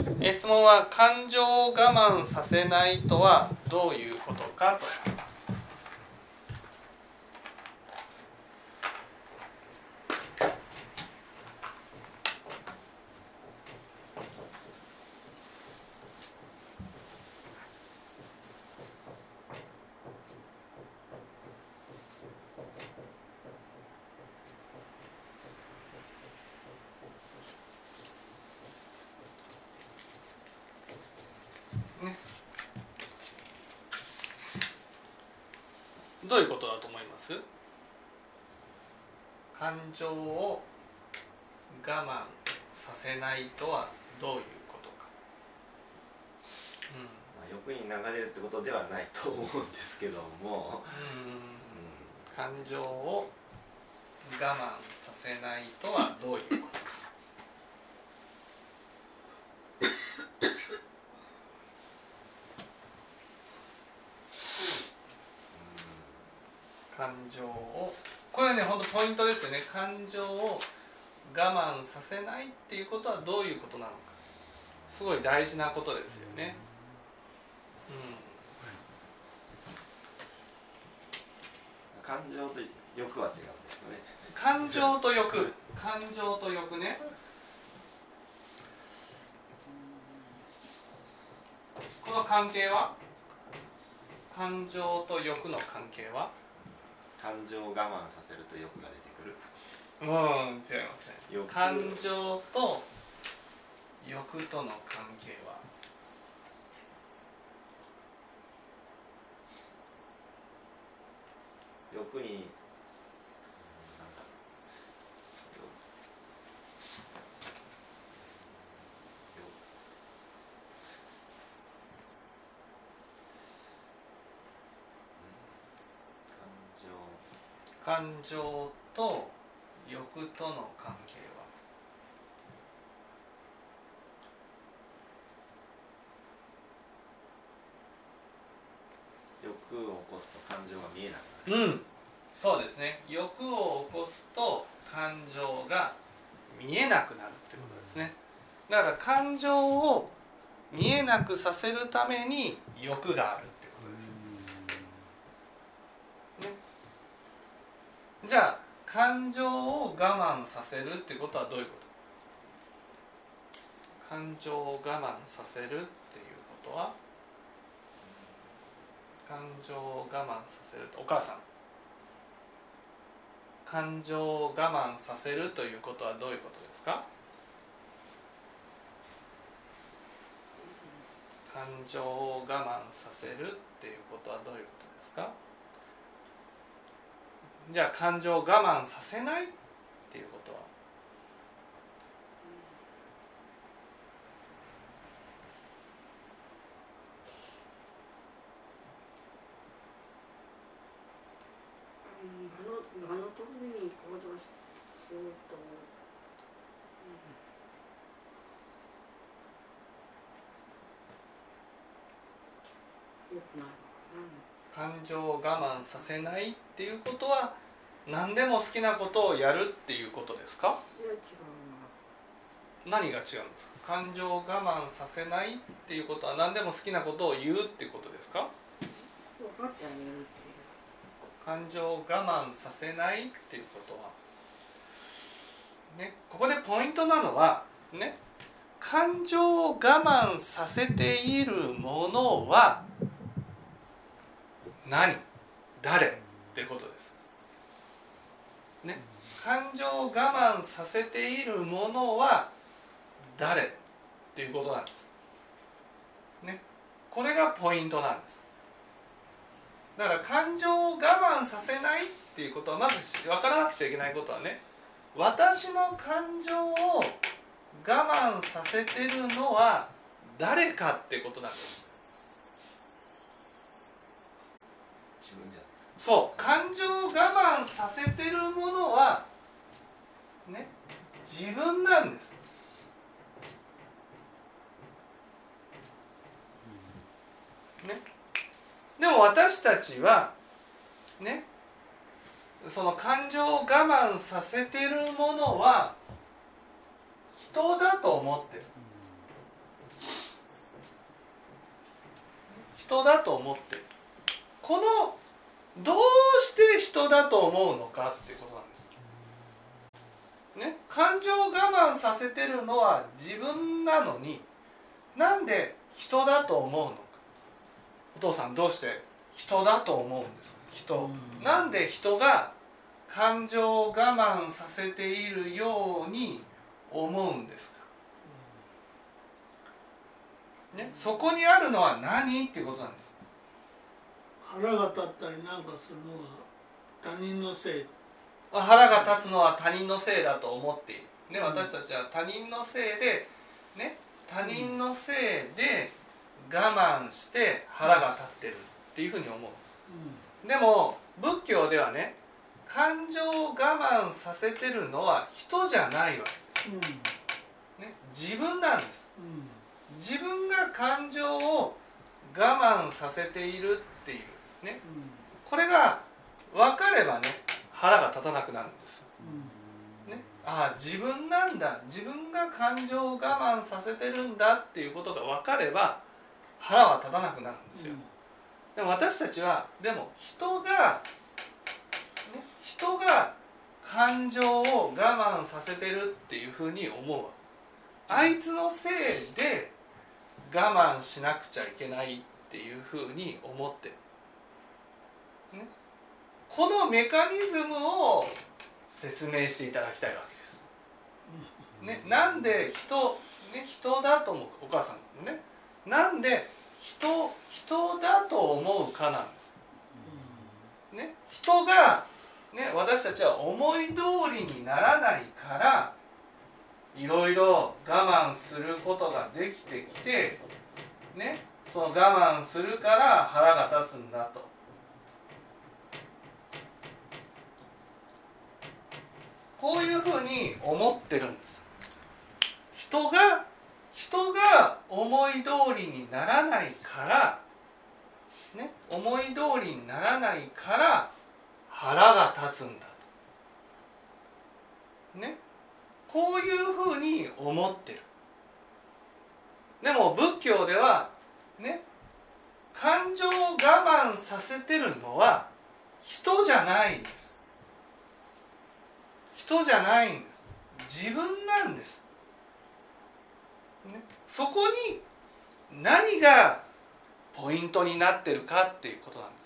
質問は感情を我慢させないとはどういうことかと。どういうことだと思います？感情を我慢させないとはどういうことか。 欲に流れるってことではないと思うんですけども、 感情を我慢させないとはどういうことか。感情を、これはね本当ポイントですよね。感情を我慢させないっていうことはどういうことなのか、すごい大事なことですよね。 感情と欲は違うんですよね。 感情と欲ね。この関係は、感情と欲の関係は、 感情を我慢させると欲が出てくる。 違いますね。感情と欲との関係は、 欲に感情と欲との関係は、 欲を起こすと感情が見えなくなる。 そうですね。欲を起こすと感情が見えなくなるってことですね。だから感情を見えなくさせるために欲があるってことですね。じゃあ感情を我慢させるってことはどういうこと？感情を我慢させるっていうことは、感情を我慢させると、お母さん、感情を我慢させるということはどういうことですか？感情を我慢させるっていうことはどういうことですか？じゃあ感情を我慢させないっていうことは、 場の時に行動すると、よくないのかな。 感情を我慢させないっていうことは何でも好きなことをやるっていうことですか？ いや違うな。 何が違うんですか？感情を我慢させないっていうことは何でも好きなことを言うっていうことですか？ 分かってあげるっていう。 感情を我慢させないっていうことはね、ここでポイントなのはね、感情を我慢させているものは何？誰？っていうことですね。感情を我慢させているものは誰？っていうことなんですね。これがポイントなんです。だから感情を我慢させないっていうことは、まず分からなくちゃいけないことはね、私の感情を我慢させてるのは誰かってことなんです。 自分じゃないですか。 そう、感情を我慢させてるものはね、自分なんです。ね、でも私たちはね、その感情を我慢させてるものは人だと思ってる。 人だと思っている。このどうして人だと思うのかっていうことなんです、ね、感情を我慢させてるのは自分なのに、なんで人だと思うのか。お父さんどうして人だと思うんですか。人、なんで人が感情を我慢させているように思うんですか、ね、そこにあるのは何っていうことなんです。 腹が立ったりなんかするのは他人のせい。 腹が立つのは他人のせいだと思っている、ね、私たちは他人のせいで、ね、他人のせいで我慢して腹が立ってるっていうふうに思う、でも仏教ではね、感情を我慢させてるのは人じゃないわけです、ね、自分なんです、自分が感情を我慢させているっていうね、これが分かればね、腹が立たなくなるんです、ね、ああ自分なんだ、自分が感情を我慢させてるんだっていうことが分かれば腹は立たなくなるんですよ、でも私たちはでも人が感情を我慢させてるっていうふうに思うわけです。あいつのせいで我慢しなくちゃいけないっていうふうに思ってる、ね、このメカニズムを説明していただきたいわけです、ね、なんで人だと思う、お母さんのね、なんで人だと思うかなんです、ね、人が、ね、私たちは思い通りにならないからいろいろ我慢することができてきて、ね、その我慢するから腹が立つんだと。こういうふうに思ってるんです。人が思い通りにならないから、ね、思い通りにならないから腹が立つんだと。ね、こういうふうに思ってる。でも仏教ではね、感情を我慢させてるのは人じゃないんです。人じゃないんです。自分なんです。ね、そこに何がポイントになってるかっていうことなんです。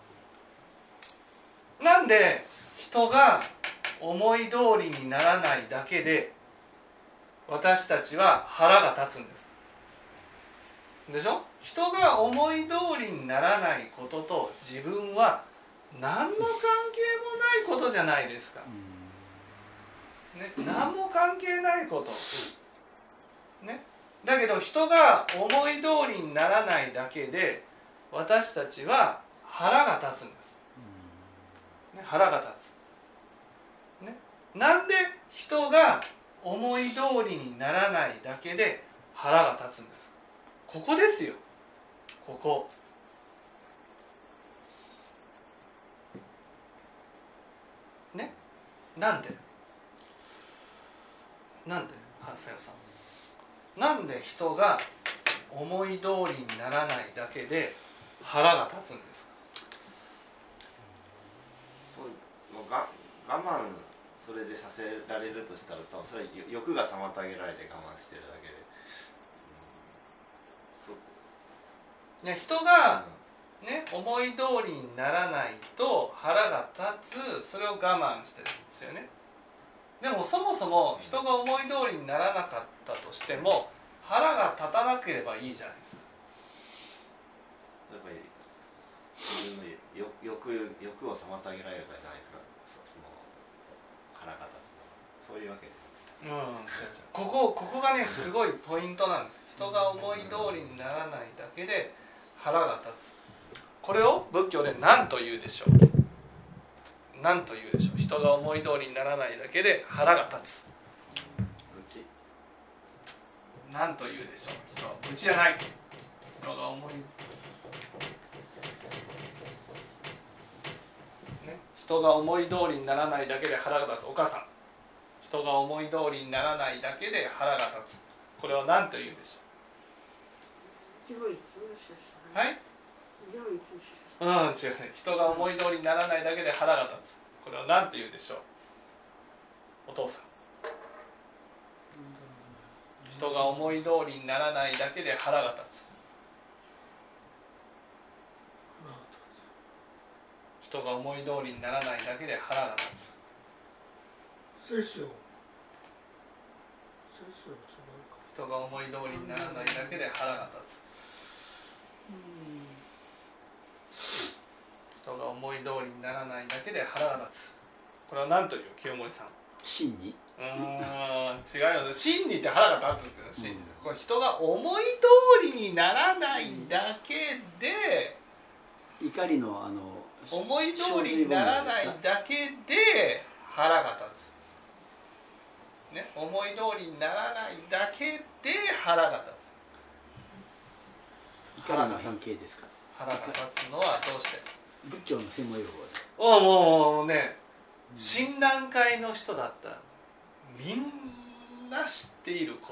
なんで人が思い通りにならないだけで私たちは腹が立つんです。でしょ？人が思い通りにならないことと自分は何の関係もないことじゃないですか。ね、何も関係ないこと。ね、だけど人が思い通りにならないだけで私たちは腹が立つんです。ね、腹が立つ。ね、なんで人が思い通りにならないだけで腹が立つんですか。ここですよ。ここ。ね、なんでハンサヨさん、なんで人が思い通りにならないだけで腹が立つんですか。 我慢それでさせられるとしたら多分それは欲が妨げられて我慢してるだけで、 ね、人が、ね、思い通りにならないと腹が立つ、それを我慢してるんですよね。でもそもそも人が思い通りにならなかったとしても腹が立たなければいいじゃないですか。 やっぱり自分の欲を妨げられるからじゃないですか。その腹が立つのはそういうわけで。 ここがねすごいポイントなんです。人が思い通りにならないだけで腹が立つ。これを仏教で何と言うでしょう。何と言うでしょう。人が思い通りにならないだけで腹が立つ。何と言うでしょう。人は愚痴じゃない。人が思い、ね、人が思い通りにならないだけで腹が立つ。お母さん、人が思い通りにならないだけで腹が立つ。これを何と言うでしょう。 はい、違う。人が思い通りにならないだけで腹が立つ。これは何と言うでしょう、お父さん。人が思い通りにならないだけで腹が立つ。人が思い通りにならないだけで腹が立つ。人が思い通りにならないだけで腹が立つ。人が思い通りにならないだけで腹が立つ。これは何という、清盛さん。 真に。 違うよ。真にって腹が立つっていうのは真に。これ人が思い通りにならないだけで、 怒りの思い通りにならないだけで腹が立つ、ね、思い通りにならないだけで腹が立つ。 怒りの変形ですか。 腹が立つのはどうして？ 仏教の専門用語で。 もうね、親鸞会の人だったらみんな知っている言葉。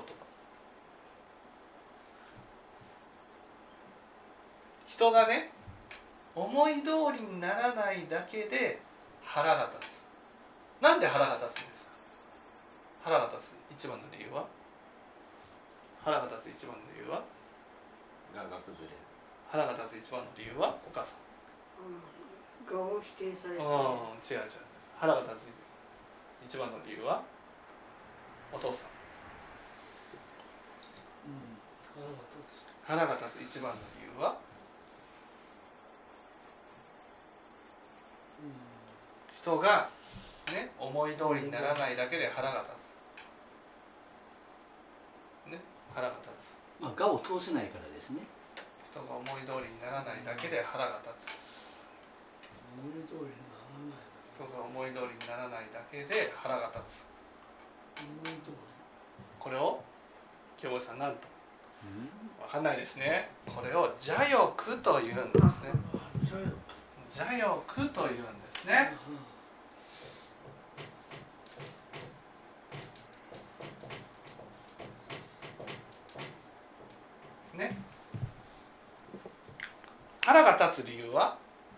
人がね、思い通りにならないだけで腹が立つ。なんで腹が立つんですか？腹が立つ一番の理由は？腹が立つ一番の理由は？ が崩れる。 腹が立つ一番の理由は？お母さん。 我を否定されて。 違う。腹が立つ一番の理由は？お父さん。腹が立つ一番の理由は？人がね、思い通りにならないだけで腹が立つ。ね、腹が立つ。 我を通せないからですね。 人が思い通りにならないだけで腹が立つ。人が思い通りにならないだけで腹が立つ。これを清盛さん何と？わかんないですね。これを邪欲というんですね。邪欲というんですね。ね。腹が立つ理由は？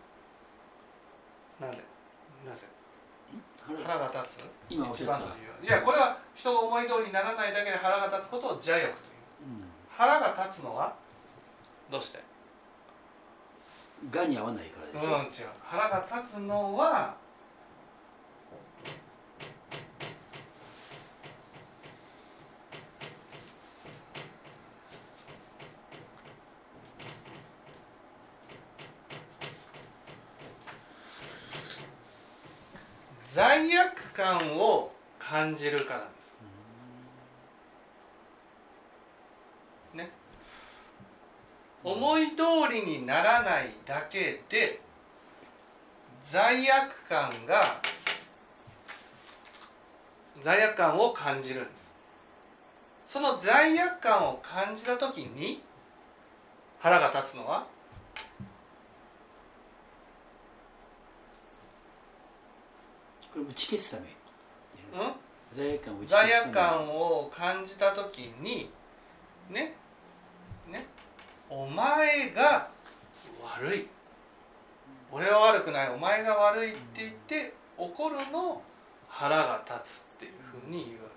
なぜ？腹が立つ今おっしゃった一番の理由は？いや、これは人が思い通りにならないだけで腹が立つことを邪欲という。腹が立つのはどうして？ 我に合わないからですよ。 違う。腹が立つのは罪悪感を感じるからです。ね。思い通りにならないだけで罪悪感を感じるんです。その罪悪感を感じたときに腹が立つのは？ これ打ち消すため。 罪悪感を感じたときにね、お前が悪い、俺は悪くない、お前が悪いって言って怒るのを腹が立つっていうふうに言うわけです、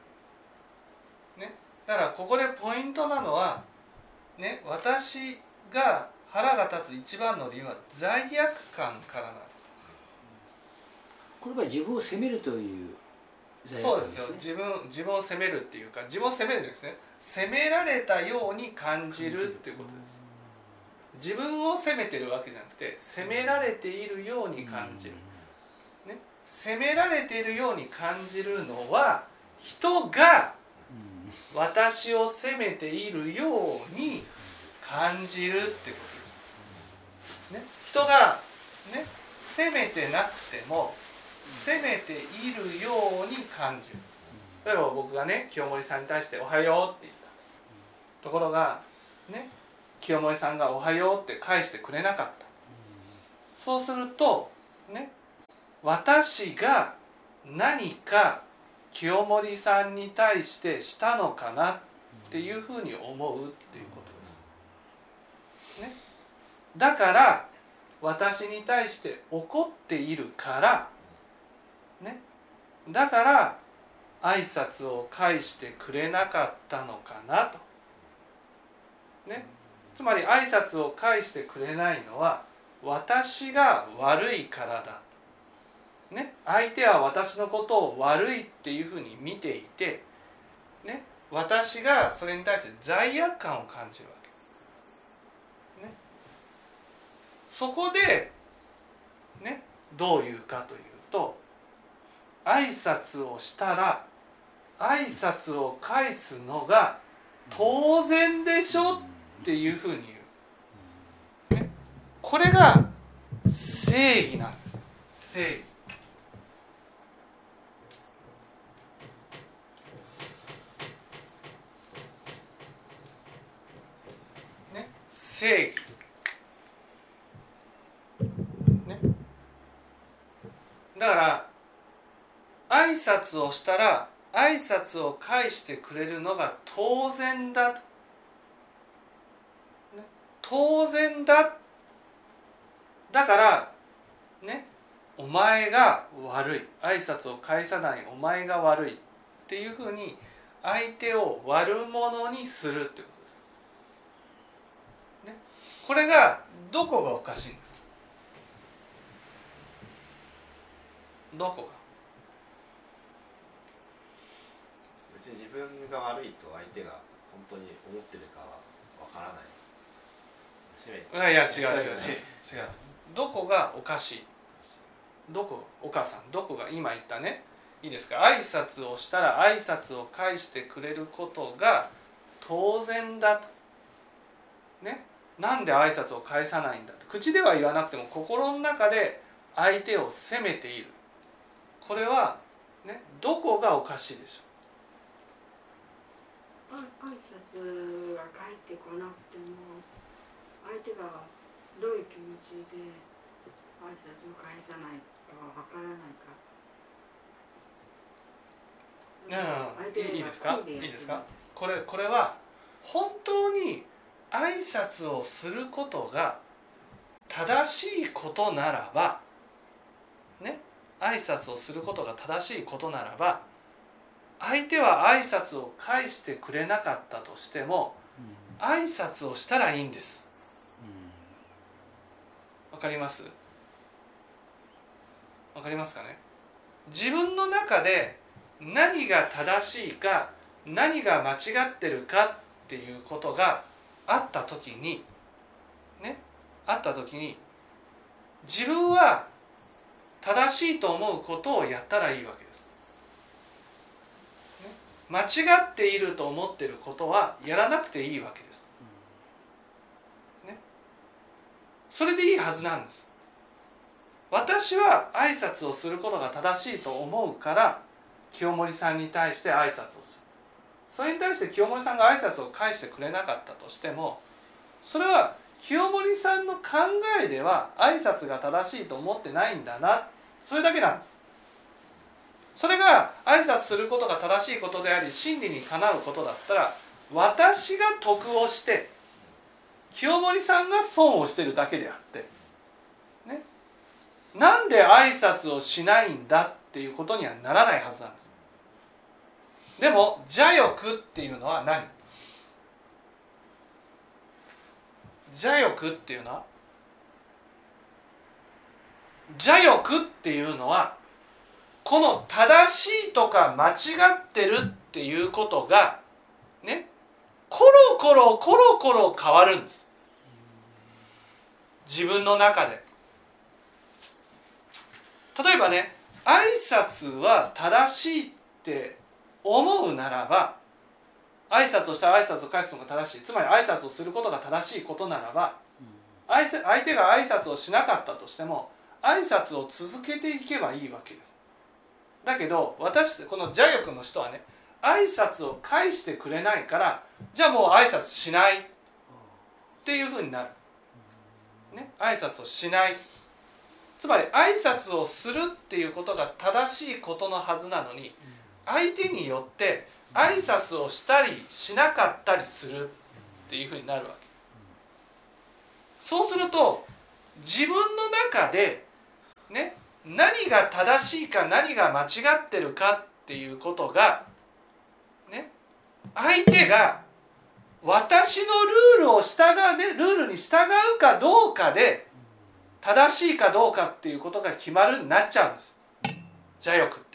ね、だからここでポイントなのは、ね、私が腹が立つ一番の理由は罪悪感からなんです。 これは自分を責めるという罪そうで悪感ですね。 すよ。自分を責めるっていうか、自分を責めるんですね。責められたように感じるっていうことです。自分を責めてるわけじゃなくて、責められているように感じる、ね、責められているように感じるのは人が私を責めているように感じるってことです、ね、人が、ね、責めてなくても責めているように感じる。例えば僕がね、清盛さんに対しておはようって言ったところがね、清盛さんがおはようって返してくれなかった。そうするとね、私が何か清盛さんに対してしたのかなっていうふうに思うっていうことです。 ね、だから私に対して怒っているから、ね、だから挨拶を返してくれなかったのかなと、ね、つまり挨拶を返してくれないのは私が悪いからだ、ね、相手は私のことを悪いっていうふうに見ていて、ね、私がそれに対して罪悪感を感じるわけ、ね、そこで、ね、どう言うかというと、挨拶をしたら挨拶を返すのが当然でしょっていうふうに言う、ね、これが正義なんです。正義、ね、正義、ね、だから挨拶をしたら挨拶を返してくれるのが当然だ、ね、当然だ、だからね、お前が悪い、挨拶を返さないお前が悪いっていうふうに相手を悪者にするってことです、ね、これがどこがおかしいんです？どこが？ 別に自分が悪いと相手が本当に思ってるかはわからない。 いや違う、どこがおかしい？どこ、お母さんどこが今言ったね、いいですか、挨拶をしたら挨拶を返してくれることが当然だと、ね、なんで挨拶を返さないんだと口では言わなくても心の中で相手を責めている、これは、ね、どこがおかしいでしょう？ 挨拶が返ってこなくても相手がどういう気持ちで挨拶を返さないかわからないか、 いいですか、いいですか、これは本当に挨拶をすることが正しいことならばね、挨拶をすることが正しいことならば相手は挨拶を返してくれなかったとしても挨拶をしたらいいんです。わかります？わかりますかね？自分の中で何が正しいか何が間違ってるかっていうことがあった時にね、あった時に自分は正しいと思うことをやったらいいわけです、ね、間違っていると思っていることはやらなくていいわけです、ね、それでいいはずなんです。私は挨拶をすることが正しいと思うから清盛さんに対して挨拶をする。それに対して清盛さんが挨拶を返してくれなかったとしてもそれは清盛さんの考えでは挨拶が正しいと思ってないんだな、それだけなんです。それが挨拶することが正しいことであり真理にかなうことだったら私が得をして清盛さんが損をしてるだけであってね、なんで挨拶をしないんだっていうことにはならないはずなんです。でも邪欲っていうのは何？邪欲っていうのはこの正しいとか間違ってるっていうことがね、コロコロ変わるんです。自分の中で例えばね、挨拶は正しいって思うならば挨拶をしたら挨拶を返すのが正しい、つまり挨拶をすることが正しいことならば相手が挨拶をしなかったとしても挨拶を続けていけばいいわけです。だけどこの邪欲の人はね、挨拶を返してくれないからじゃあもう挨拶しないっていうふうになる、ね、挨拶をしない、つまり挨拶をするっていうことが正しいことのはずなのに相手によって挨拶をしたりしなかったりするっていうふうになるわけ。 そうすると自分の中でね、何が正しいか何が間違ってるかっていうことがね、相手が私のルールに従うかどうかで正しいかどうかっていうことが決まるになっちゃうんです、邪欲って。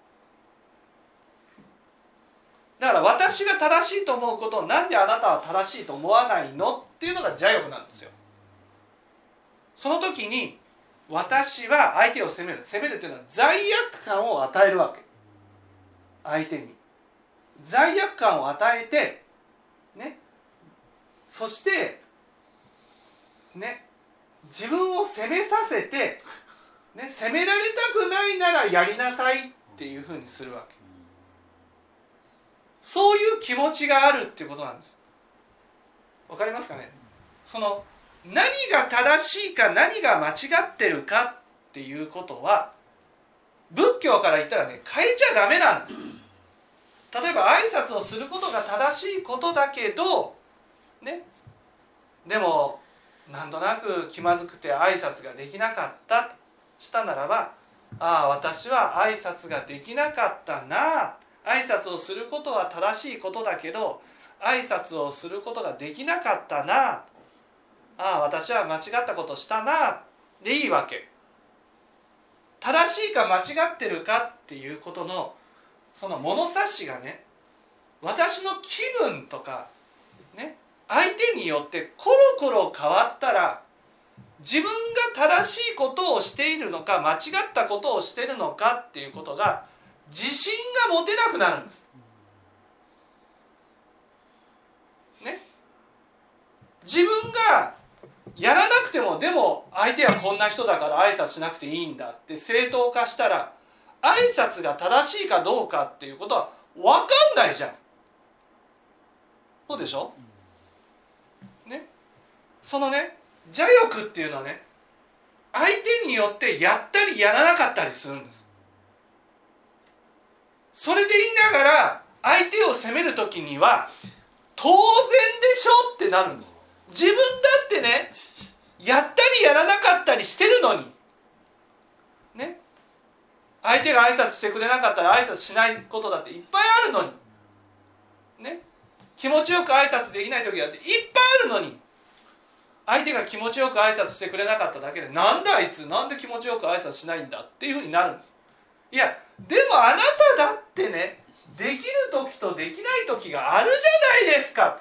だから私が正しいと思うことをなんであなたは正しいと思わないのっていうのが邪欲なんですよ。その時に私は相手を責めるっていうのは罪悪感を与えるわけ。相手に罪悪感を与えてね、そしてね、自分を責めさせて、ね、責められたくないならやりなさいっていうふうにするわけ。そういう気持ちがあるっていうことなんです。わかりますかね。その何が正しいか何が間違ってるかっていうことは仏教から言ったらね、変えちゃダメなんです。例えば挨拶をすることが正しいことだけどね、でもなんとなく気まずくて挨拶ができなかったとしたならば、ああ私は挨拶ができなかったな、挨拶をすることは正しいことだけど挨拶をすることができなかったな、ああ私は間違ったことしたなでいいわけ。正しいか間違ってるかっていうことのその物差しがね、私の気分とかね、相手によってコロコロ変わったら自分が正しいことをしているのか間違ったことをしているのかっていうことが自信が持てなくなるんですね。自分がやらなくてもでも相手はこんな人だから挨拶しなくていいんだって正当化したら挨拶が正しいかどうかっていうことは分かんないじゃん。そうでしょね。そのね邪欲っていうのはね、相手によってやったりやらなかったりするんです。それで言いながら相手を責めるときには当然でしょってなるんです。自分だってねやったりやらなかったりしてるのにね、相手が挨拶してくれなかったら挨拶しないことだっていっぱいあるのにね、気持ちよく挨拶できない時だっていっぱいあるのに、相手が気持ちよく挨拶してくれなかっただけでなんだあいつなんで気持ちよく挨拶しないんだっていうふうになるんです。いやでもあなただってねできる時とできない時があるじゃないですか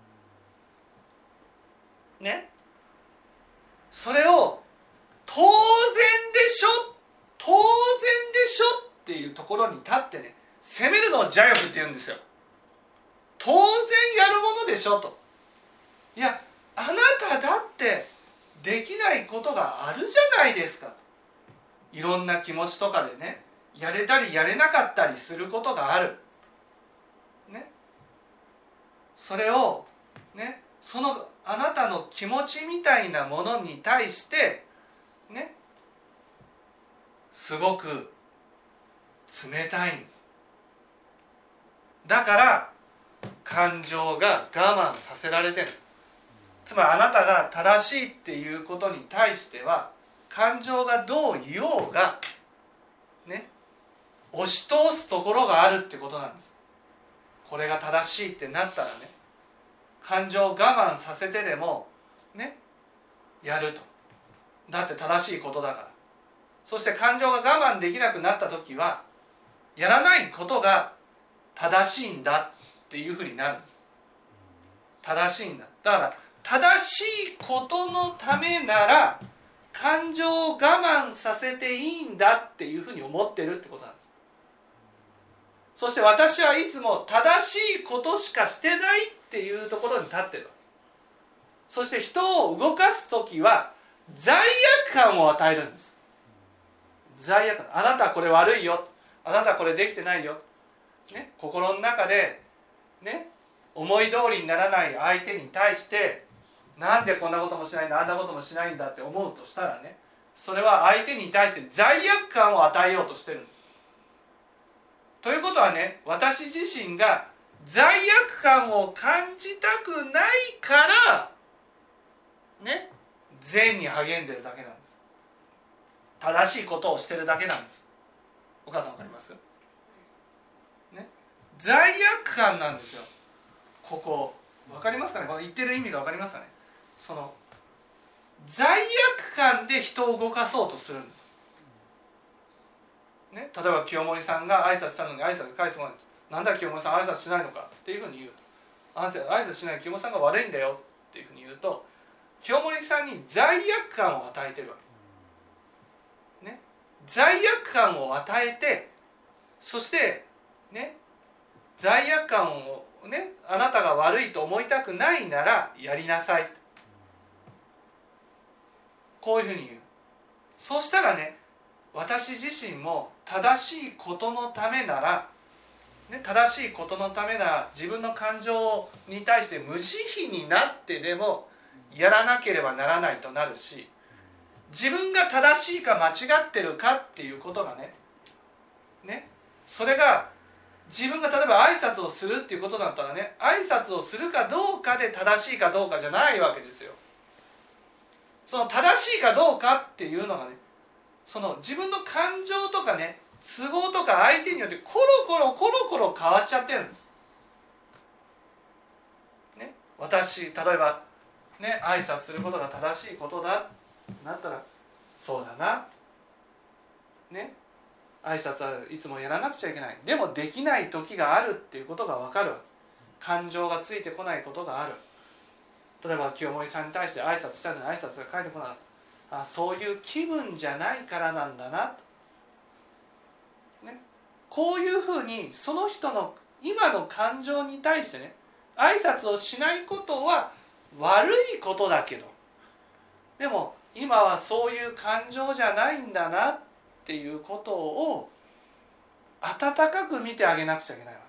ね。それを当然でしょ当然でしょっていうところに立ってね責めるのを邪欲って言うんですよ。当然やるものでしょと。いやあなただってできないことがあるじゃないですか。いろんな気持ちとかでねやれたりやれなかったりすることがあるね。それをね、そのあなたの気持ちみたいなものに対してねすごく冷たいんです。だから感情が我慢させられてる。つまりあなたが正しいっていうことに対しては感情がどう言おうがね押し通すところがあるってことなんです。これが正しいってなったらね感情を我慢させてでもねやると。だって正しいことだから。そして感情が我慢できなくなった時はやらないことが正しいんだっていうふうになるんです。正しいんだ。だから正しいことのためなら感情を我慢させていいんだっていうふうに思ってるってことなんです。そして私はいつも正しいことしかしてないっていうところに立ってる。そして人を動かすときは罪悪感を与えるんです。罪悪感。あなたはこれ悪いよ、あなたはこれできてないよ、ね、心の中でね思い通りにならない相手に対してなんでこんなこともしないんだあんなこともしないんだって思うとしたらね、それは相手に対して罪悪感を与えようとしてるんです。ということはね、私自身が罪悪感を感じたくないからね善に励んでるだけなんです。正しいことをしてるだけなんです。お母さん分かります？ね、罪悪感なんですよ。ここ分かりますかね？この言ってる意味が分かりますかね？その罪悪感で人を動かそうとするんです、ね、例えば清盛さんが挨拶したのに挨拶返ってこない。なんだ清盛さん挨拶しないのかっていうふうに言うと、あなた挨拶しない清盛さんが悪いんだよっていうふうに言うと、清盛さんに罪悪感を与えてるわけ、ね、罪悪感を与えて、そしてね、罪悪感をね、あなたが悪いと思いたくないならやりなさい、こういうふうに言う。そうしたらね、私自身も正しいことのためなら、ね、正しいことのためなら自分の感情に対して無慈悲になってでもやらなければならないとなるし、自分が正しいか間違ってるかっていうことがね、それが自分が例えば挨拶をするっていうことだったらね、挨拶をするかどうかで正しいかどうかじゃないわけですよ。その正しいかどうかっていうのがね、その自分の感情とかね、都合とか相手によってコロコロ変わっちゃってるんです、ね、私例えばね、挨拶することが正しいことだなったら、そうだな、ね、挨拶はいつもやらなくちゃいけない。でもできない時があるっていうことが分かる。感情がついてこないことがある。例えば清盛さんに対して挨拶したのに挨拶が返ってこなかった。あ、そういう気分じゃないからなんだな、ね、こういうふうにその人の今の感情に対してね、挨拶をしないことは悪いことだけど、でも今はそういう感情じゃないんだなっていうことを温かく見てあげなくちゃいけないわ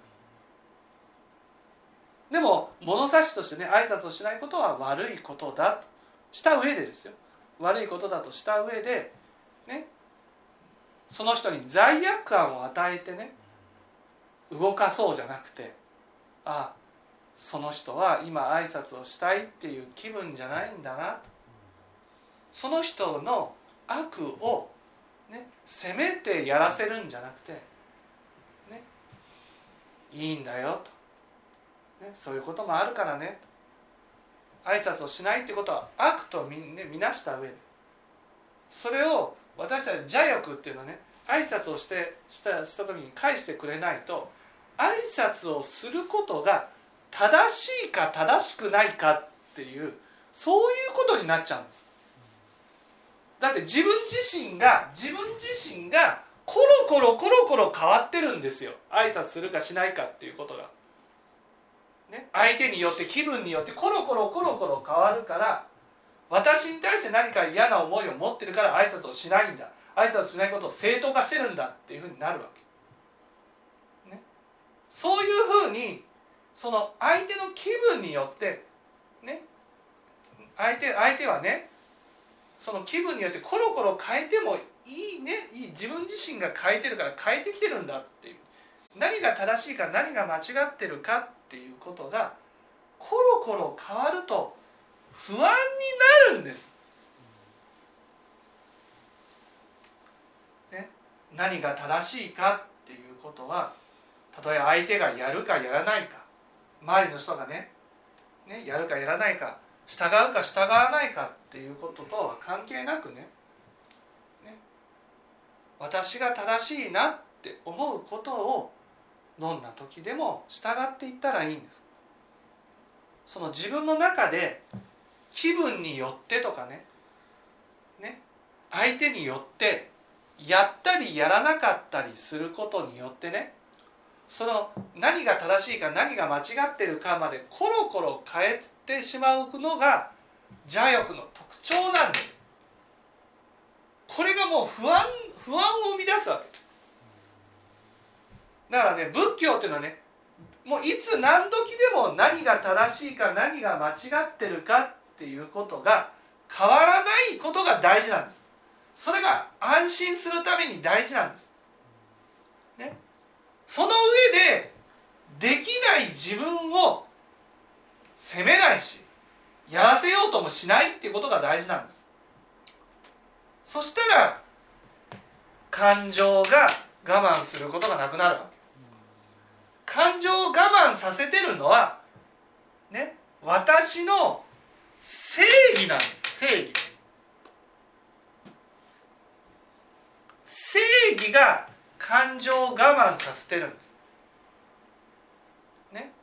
けでも物差しとしてね、挨拶をしないことは悪いことだとした上でですよ、悪いことだとした上でね、その人に罪悪感を与えてね動かそうじゃなくて、あ、その人は今挨拶をしたいっていう気分じゃないんだな、その人の悪をね、責めてやらせるんじゃなくて、ね、いいんだよと、ね、そういうこともあるからね、挨拶をしないってことは悪と見なした上で、それを私たち邪欲っていうのはね、挨拶をした時に返してくれないと、挨拶をすることが正しいか正しくないかっていう、そういうことになっちゃうんです。だって自分自身がコロコロ変わってるんですよ。挨拶するかしないかっていうことが、ね、相手によって気分によってコロコロ変わるから、私に対して何か嫌な思いを持ってるから挨拶をしないんだ、挨拶しないことを正当化してるんだっていうふうになるわけ、ね、そういうふうにその相手の気分によってね、相手はね、その気分によってコロコロ変えてもいいね、自分自身が変えてるから変えてきてるんだっていう、何が正しいか何が間違ってるかっていうことがコロコロ変わると不安になるんです、ね、何が正しいかっていうことは、たとえ相手がやるかやらないか、周りの人がねやるかやらないか、従うか従わないかっていうこととは関係なくね、私が正しいなって思うことをどんな時でも従っていったらいいんです。その自分の中で気分によってとかね、相手によってやったりやらなかったりすることによってね、その何が正しいか何が間違ってるかまでコロコロ変えてしまうのが邪欲の特徴なんです。これがもう不安を生み出すわけだからね、仏教っていうのはね、もういつ何時でも何が正しいか何が間違ってるかっていうことが変わらないことが大事なんです。それが安心するために大事なんです、ね、その上でできない自分を責めないし、やらせようともしないっていうことが大事なんです。 そしたら感情が我慢することがなくなるわけ。感情を我慢させてるのはね、私の正義なんです。正義。正義が感情を我慢させてるんですね。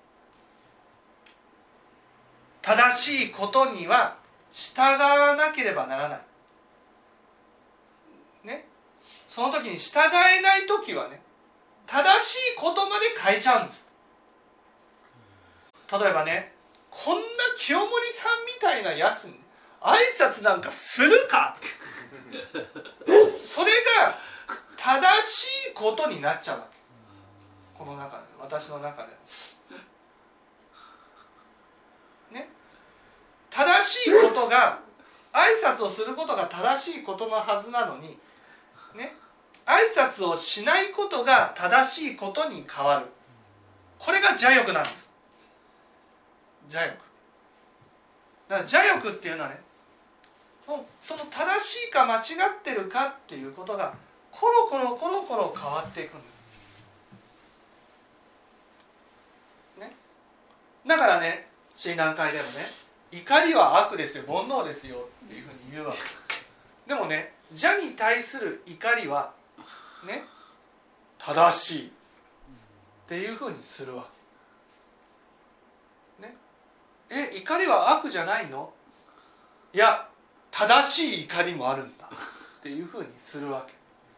正しいことには従わなければならないね。その時に従えない時はね、正しいことまで変えちゃうんです。例えばね、こんな清盛さんみたいなやつに挨拶なんかするかそれが正しいことになっちゃうわけ。この中で、私の中でね、正しいことが、挨拶をすることが正しいことのはずなのにね、挨拶をしないことが正しいことに変わる。これが邪欲なんです。邪欲だから、邪欲っていうのはね、その正しいか間違ってるかっていうことがコロコロコロコロ変わっていくんですね。だからね、親鸞会でもね、怒りは悪ですよ、煩悩ですよっていうふうに言うわけでもね、邪に対する怒りはね、正しいっていうふうにするわけ、ね、怒りは悪じゃないの？いや、正しい怒りもあるんだっていうふうにするわけ。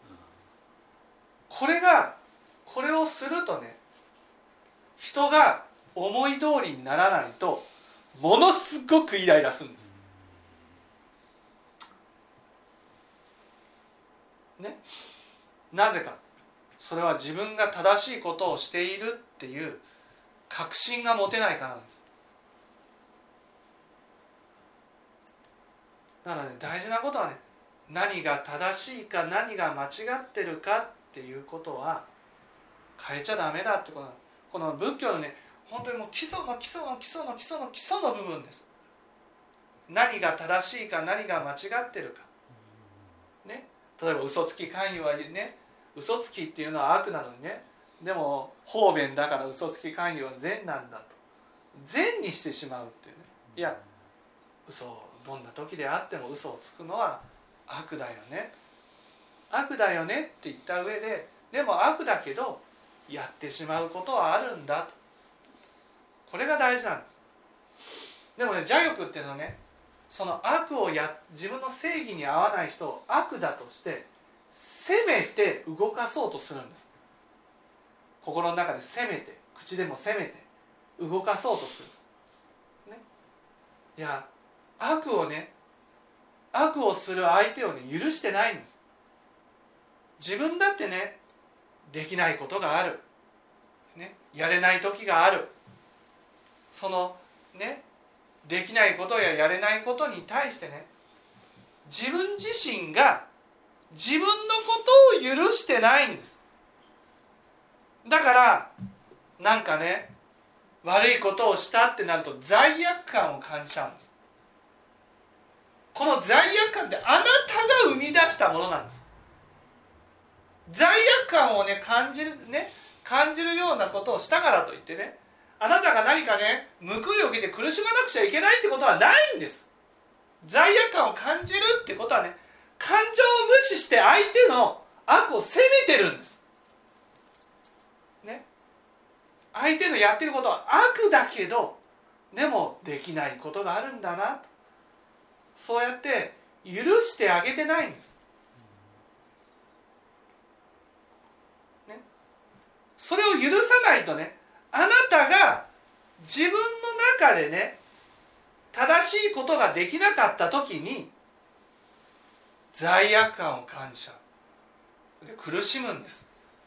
これをするとね、人が思い通りにならないとものすごくイライラするんですね。なぜか、それは自分が正しいことをしているっていう確信が持てないからなんです。だからね、大事なことはね、何が正しいか何が間違ってるかっていうことは変えちゃダメだってことなんです。この仏教のね、本当にもう基礎の基礎の基礎の基礎の基礎の部分です。何が正しいか何が間違ってるかね。例えば嘘つき勧誘はね、嘘つきっていうのは悪なのにね、でも方便だから嘘つき勧誘は善なんだと善にしてしまうっていうね。いや、どんな時であっても嘘をつくのは悪だよね、悪だよねって言った上で、でも悪だけどやってしまうことはあるんだと、これが大事なんです。でもね、邪欲っていうのはね、その悪を自分の正義に合わない人を悪だとして責めて動かそうとするんです。心の中で責めて、口でも責めて動かそうとする、ね、いや、悪をする相手をね、許してないんです。自分だってね、できないことがある、ね、やれない時がある。そのね、できないことややれないことに対してね、自分自身が自分のことを許してないんです。だからなんかね、悪いことをしたってなると罪悪感を感じちゃうんです。この罪悪感ってあなたが生み出したものなんです。罪悪感をね、感じるようなことをしたからといってね、あなたが何かね、報いを受けて苦しまなくちゃいけないってことはないんです。罪悪感を感じるってことはね、感情を無視して相手の悪を責めてるんですね。相手のやってることは悪だけど、でもできないことがあるんだなと、そうやって許してあげてないんです、ね、それを許さないとね、あなたが自分の中でね、正しいことができなかった時に罪悪感を感じちゃう。で、苦しむんです、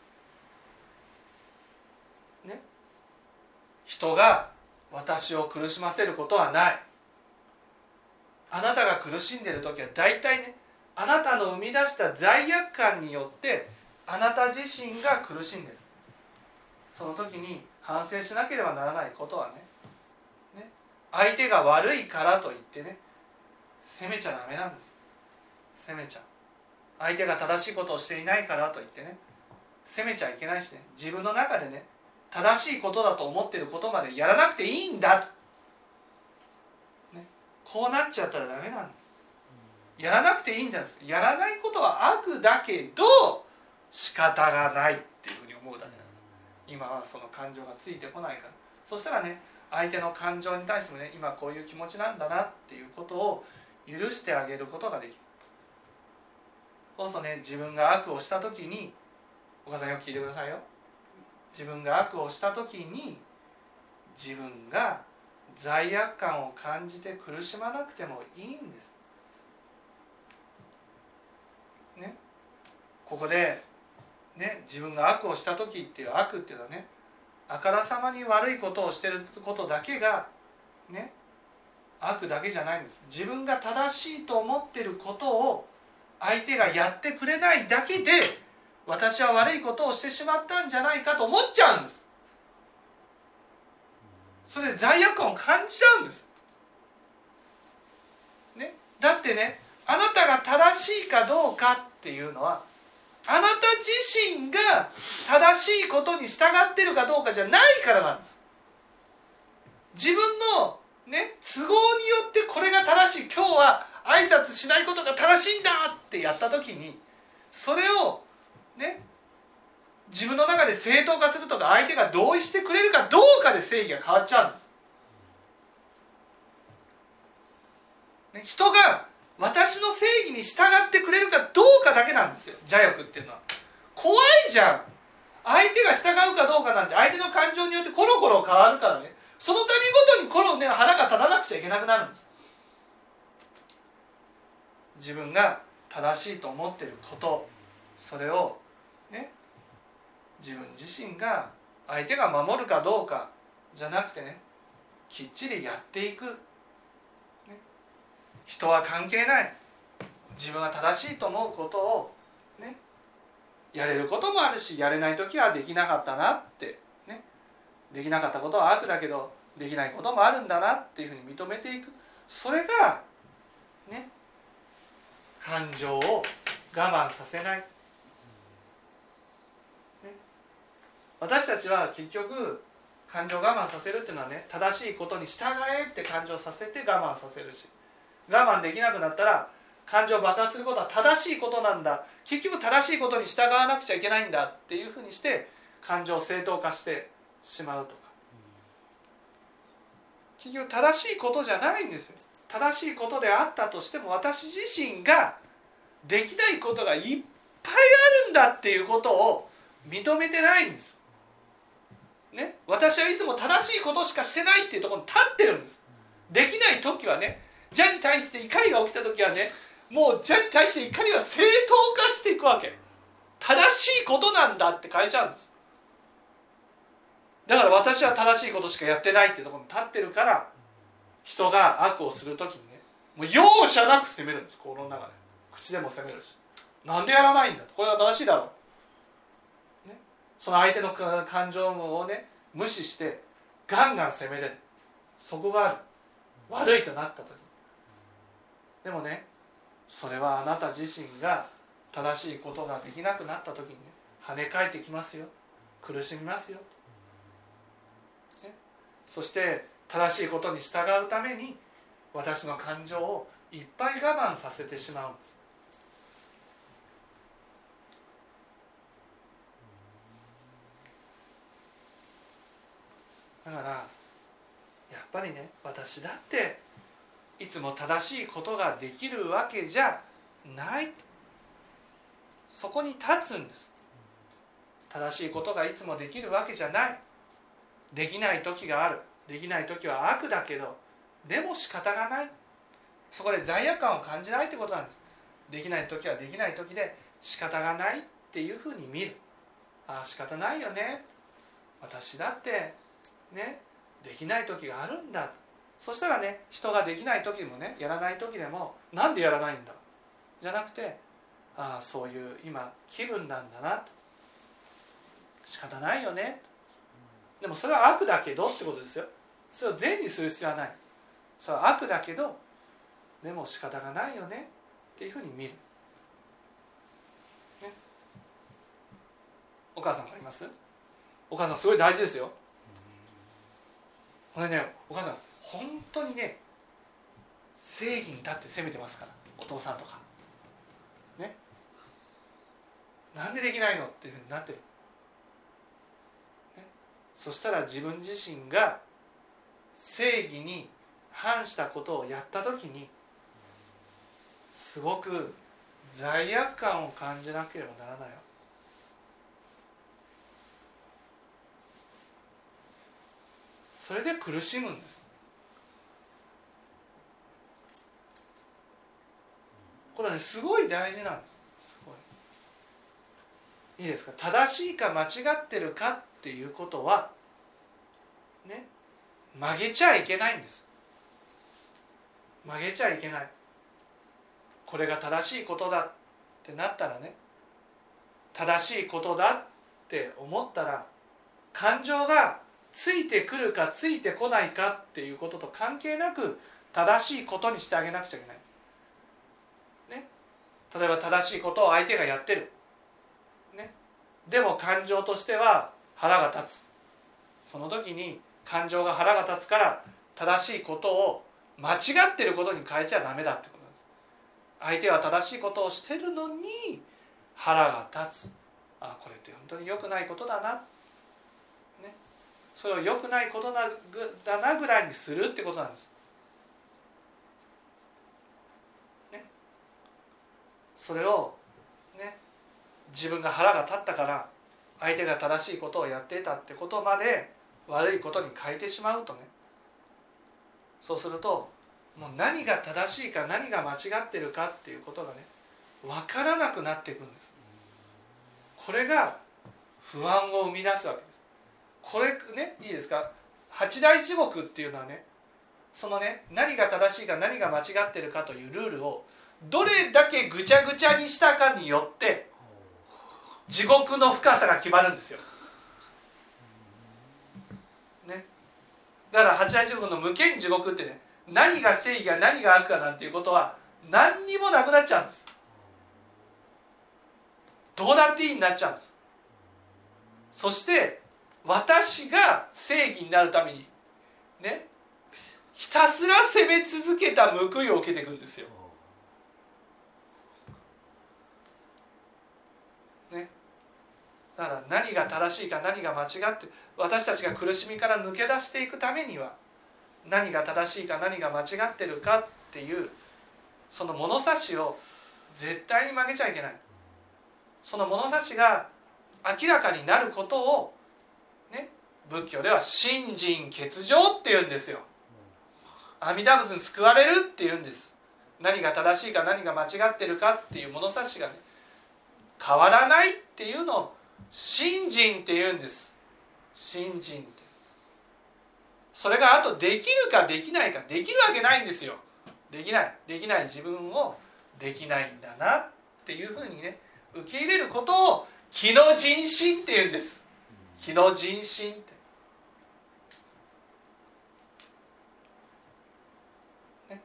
ね、人が私を苦しませることはない。あなたが苦しんでいる時は大体ね、あなたの生み出した罪悪感によってあなた自身が苦しんでいる。その時に反省しなければならないことはね、相手が悪いからといってね、責めちゃダメなんです。責めちゃう。 相手が正しいことをしていないからといってね責めちゃいけないしね、自分の中でね正しいことだと思っていることまでやらなくていいんだと、ね、こうなっちゃったらダメなんです。やらなくていいんじゃないです。やらないことは悪だけど仕方がないっていうふうに思うだけなんです。今はその感情がついてこないから。そしたらね相手の感情に対してもね今こういう気持ちなんだなっていうことを許してあげることができる。そうするとね自分が悪をした時に、お母さんよく聞いてくださいよ、自分が悪をした時に自分が罪悪感を感じて苦しまなくてもいいんですね。ここでね自分が悪をした時っていう悪っていうのはねあからさまに悪いことをしていることだけがね悪だけじゃないんです。自分が正しいと思っていることを相手がやってくれないだけで私は悪いことをしてしまったんじゃないかと思っちゃうんです。それで罪悪感を感じちゃうんです、ね、だってねあなたが正しいかどうかっていうのはあなた自身が正しいことに従っているかどうかじゃないからなんです。自分の、ね、都合によってこれが正しい、今日は挨拶しないことが正しいんだってやった時にそれをね自分の中で正当化するとか相手が同意してくれるかどうかで正義が変わっちゃうんです、ね、人が私の正義に従ってくれるかどうかだけなんですよ。邪欲っていうのは怖いじゃん。相手が従うかどうかなんて相手の感情によってコロコロ変わるからね、その度ごとに腹が立たなくちゃいけなくなるんです。自分が正しいと思っていること、それをね自分自身が相手が守るかどうかじゃなくてねきっちりやっていく、ね、人は関係ない、自分が正しいと思うことをねやれることもあるしやれない時はできなかったなってね、できなかったことは悪だけどできないこともあるんだなっていうふうに認めていく、それがね感情を我慢させない、ね、私たちは結局感情を我慢させるっていうのはね正しいことに従えって感情させて我慢させるし、我慢できなくなったら感情を爆発することは正しいことなんだ、結局正しいことに従わなくちゃいけないんだっていうふうにして感情を正当化してしまうとか、結局正しいことじゃないんですよ。正しいことであったとしても私自身ができないことがいっぱいあるんだっていうことを認めてないんです、ね、私はいつも正しいことしかしてないっていうところに立ってるんです。できない時はね邪に対して怒りが起きた時はねもう邪に対して怒りは正当化していくわけ、正しいことなんだって変えちゃうんです。だから私は正しいことしかやってないっていうところに立ってるから人が悪をする時にねもう容赦なく責めるんです。心の中で口でも責めるし、なんでやらないんだと、これは正しいだろう、ね、その相手の感情をね無視してガンガン責めれる、そこが悪いとなった時、でもねそれはあなた自身が正しいことができなくなった時にね跳ね返ってきますよ、苦しみますよ、ね、そして正しいことに従うために私の感情をいっぱい我慢させてしまうんです。だからやっぱりね私だっていつも正しいことができるわけじゃないと、そこに立つんです。正しいことがいつもできるわけじゃない、できない時がある、できない時は悪だけどでも仕方がない、そこで罪悪感を感じないってことなんです。できない時はできない時で仕方がないっていうふうに見る、ああ仕方ないよね、私だってねできない時があるんだ、そしたらね人ができない時もねやらない時でもなんでやらないんだじゃなくて、ああそういう今気分なんだなと、仕方ないよね、でもそれは悪だけどってことですよ。それを善にする必要はない、それは悪だけどでも仕方がないよねっていうふうに見る。 お母さんがいます？お母さんすごい大事ですよ。これね、お母さん本当にね正義に立って責めてますから、お父さんとかね、なんでできないのっていうふうになってる、ね、そしたら自分自身が正義に反したことをやった時にすごく罪悪感を感じなければならないよ。それで苦しむんです。これはねすごい大事なんです。すごいいいですか。正しいか間違ってるかっていうことはね、曲げちゃいけないんです。曲げちゃいけない。これが正しいことだってなったらね、正しいことだって思ったら感情がついてくるかついてこないかっていうことと関係なく正しいことにしてあげなくちゃいけないんです、ね、例えば正しいことを相手がやってる、ね、でも感情としては腹が立つ。その時に感情が腹が立つから正しいことを間違ってることに変えちゃダメだってことなんです。相手は正しいことをしてるのに腹が立つ。あ、これって本当に良くないことだな、ね、それを良くないことだなぐらいにするってことなんです、ね、それを、ね、自分が腹が立ったから相手が正しいことをやっていたってことまで悪いことに変えてしまうとね、そうするともう何が正しいか何が間違ってるかっていうことがね分からなくなっていくんです。これが不安を生み出すわけです。これね、いいですか。八大地獄っていうのはね、そのね何が正しいか何が間違ってるかというルールをどれだけぐちゃぐちゃにしたかによって地獄の深さが決まるんですよ、ね、だから八大地獄の無間地獄ってね、何が正義か何が悪かなんていうことは何にもなくなっちゃうんです。どうだっていいになっちゃうんです。そして私が正義になるためにね、ひたすら責め続けた報いを受けていくんですよ、ね、だから何が正しいか何が間違って、私たちが苦しみから抜け出していくためには何が正しいか何が間違ってるかっていうその物差しを絶対に曲げちゃいけない。その物差しが明らかになることを、ね、仏教では信心欠如っていうんですよ。阿弥陀仏に救われるっていうんです。何が正しいか何が間違ってるかっていう物差しがね変わらないっていうのを信心っていうんです。信心って、それがあとできるかできないか、できるわけないんですよ。できない自分をできないんだなっていうふうにね受け入れることを気の人心っていうんです。気の人心って、ね、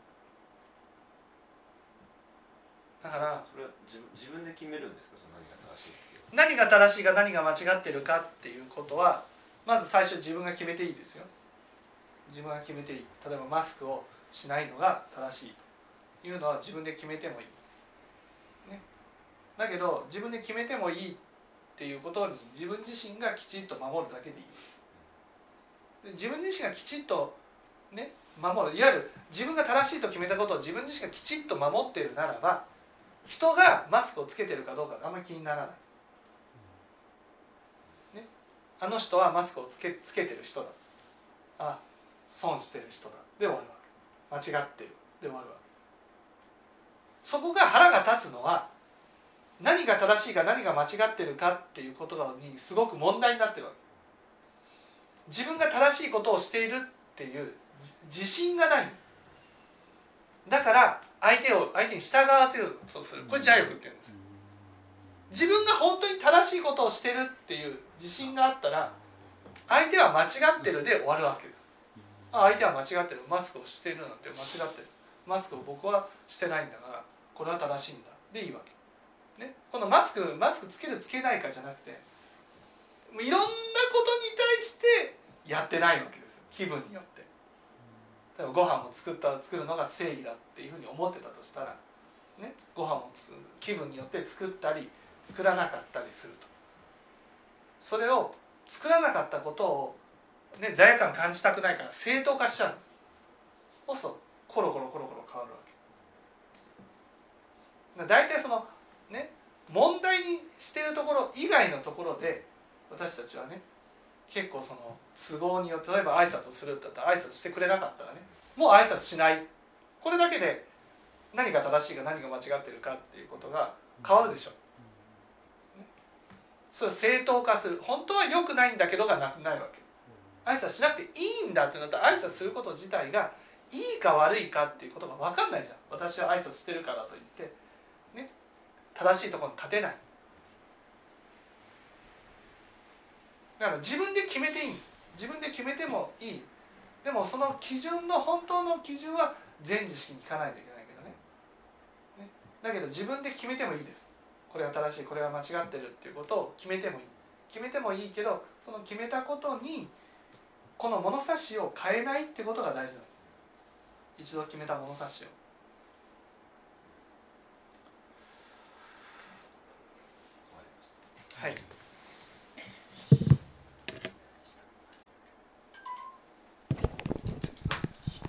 だからそれは自分で決めるんですか。その何が正しいっていう、 何が正しいか何が間違ってるかっていうことはまず最初自分が決めていいですよ。自分が決めていい。例えばマスクをしないのが正しいというのは自分で決めてもいい、ね、だけど自分で決めてもいいっていうことに自分自身がきちっと守るだけでいい。で自分自身がきちっと、ね、守る、いわゆる自分が正しいと決めたことを自分自身がきちっと守っているならば人がマスクをつけてるかどうかあんまり気にならない、ね、あの人はマスクをつけてる人だ、あ、損してる人だで終わるわけ、間違ってるで終わるわけ。そこが腹が立つのは何が正しいか何が間違ってるかっていうことにすごく問題になってるわけ。自分が正しいことをしているっていう自信がないんです。だから相手に従わせるとする、これ邪欲って言うんです。自分が本当に正しいことをしてるっていう自信があったら相手は間違ってるで終わるわけです。あ、相手は間違ってる、マスクをしているなんて間違ってる、マスクを僕はしてないんだからこれは正しいんだでいいわけ、ね、このマスクつけるつけないかじゃなくていろんなことに対してやってないわけですよ、気分によって。例えばご飯を作るのが正義だっていうふうに思ってたとしたら、ね、ご飯を気分によって作ったり作らなかったりすると、それを作らなかったことを、ね、罪悪感感じたくないから正当化しちゃうんです。そうするとコロコロ変わるわけ。大体そのね、問題にしているところ以外のところで私たちはね、結構その都合によって、例えば挨拶をするって言ったら挨拶してくれなかったらね、もう挨拶しない、これだけで何が正しいか何が間違ってるかっていうことが変わるでしょ。それを正当化する、本当は良くないんだけどがないわけ。挨拶しなくていいんだってなったら、挨拶すること自体がいいか悪いかっていうことが分かんないじゃん。私は挨拶してるからといってね、正しいところに立てない。だから自分で決めていいんです。自分で決めてもいい。でもその基準の本当の基準は全知識に聞かないといけないけどね。だけど自分で決めてもいいです。これは正しい、これは間違ってるっていうことを決めてもいい。決めてもいいけど、その決めたことにこの物差しを変えないってことが大事なんです。一度決めた物差しを。はい。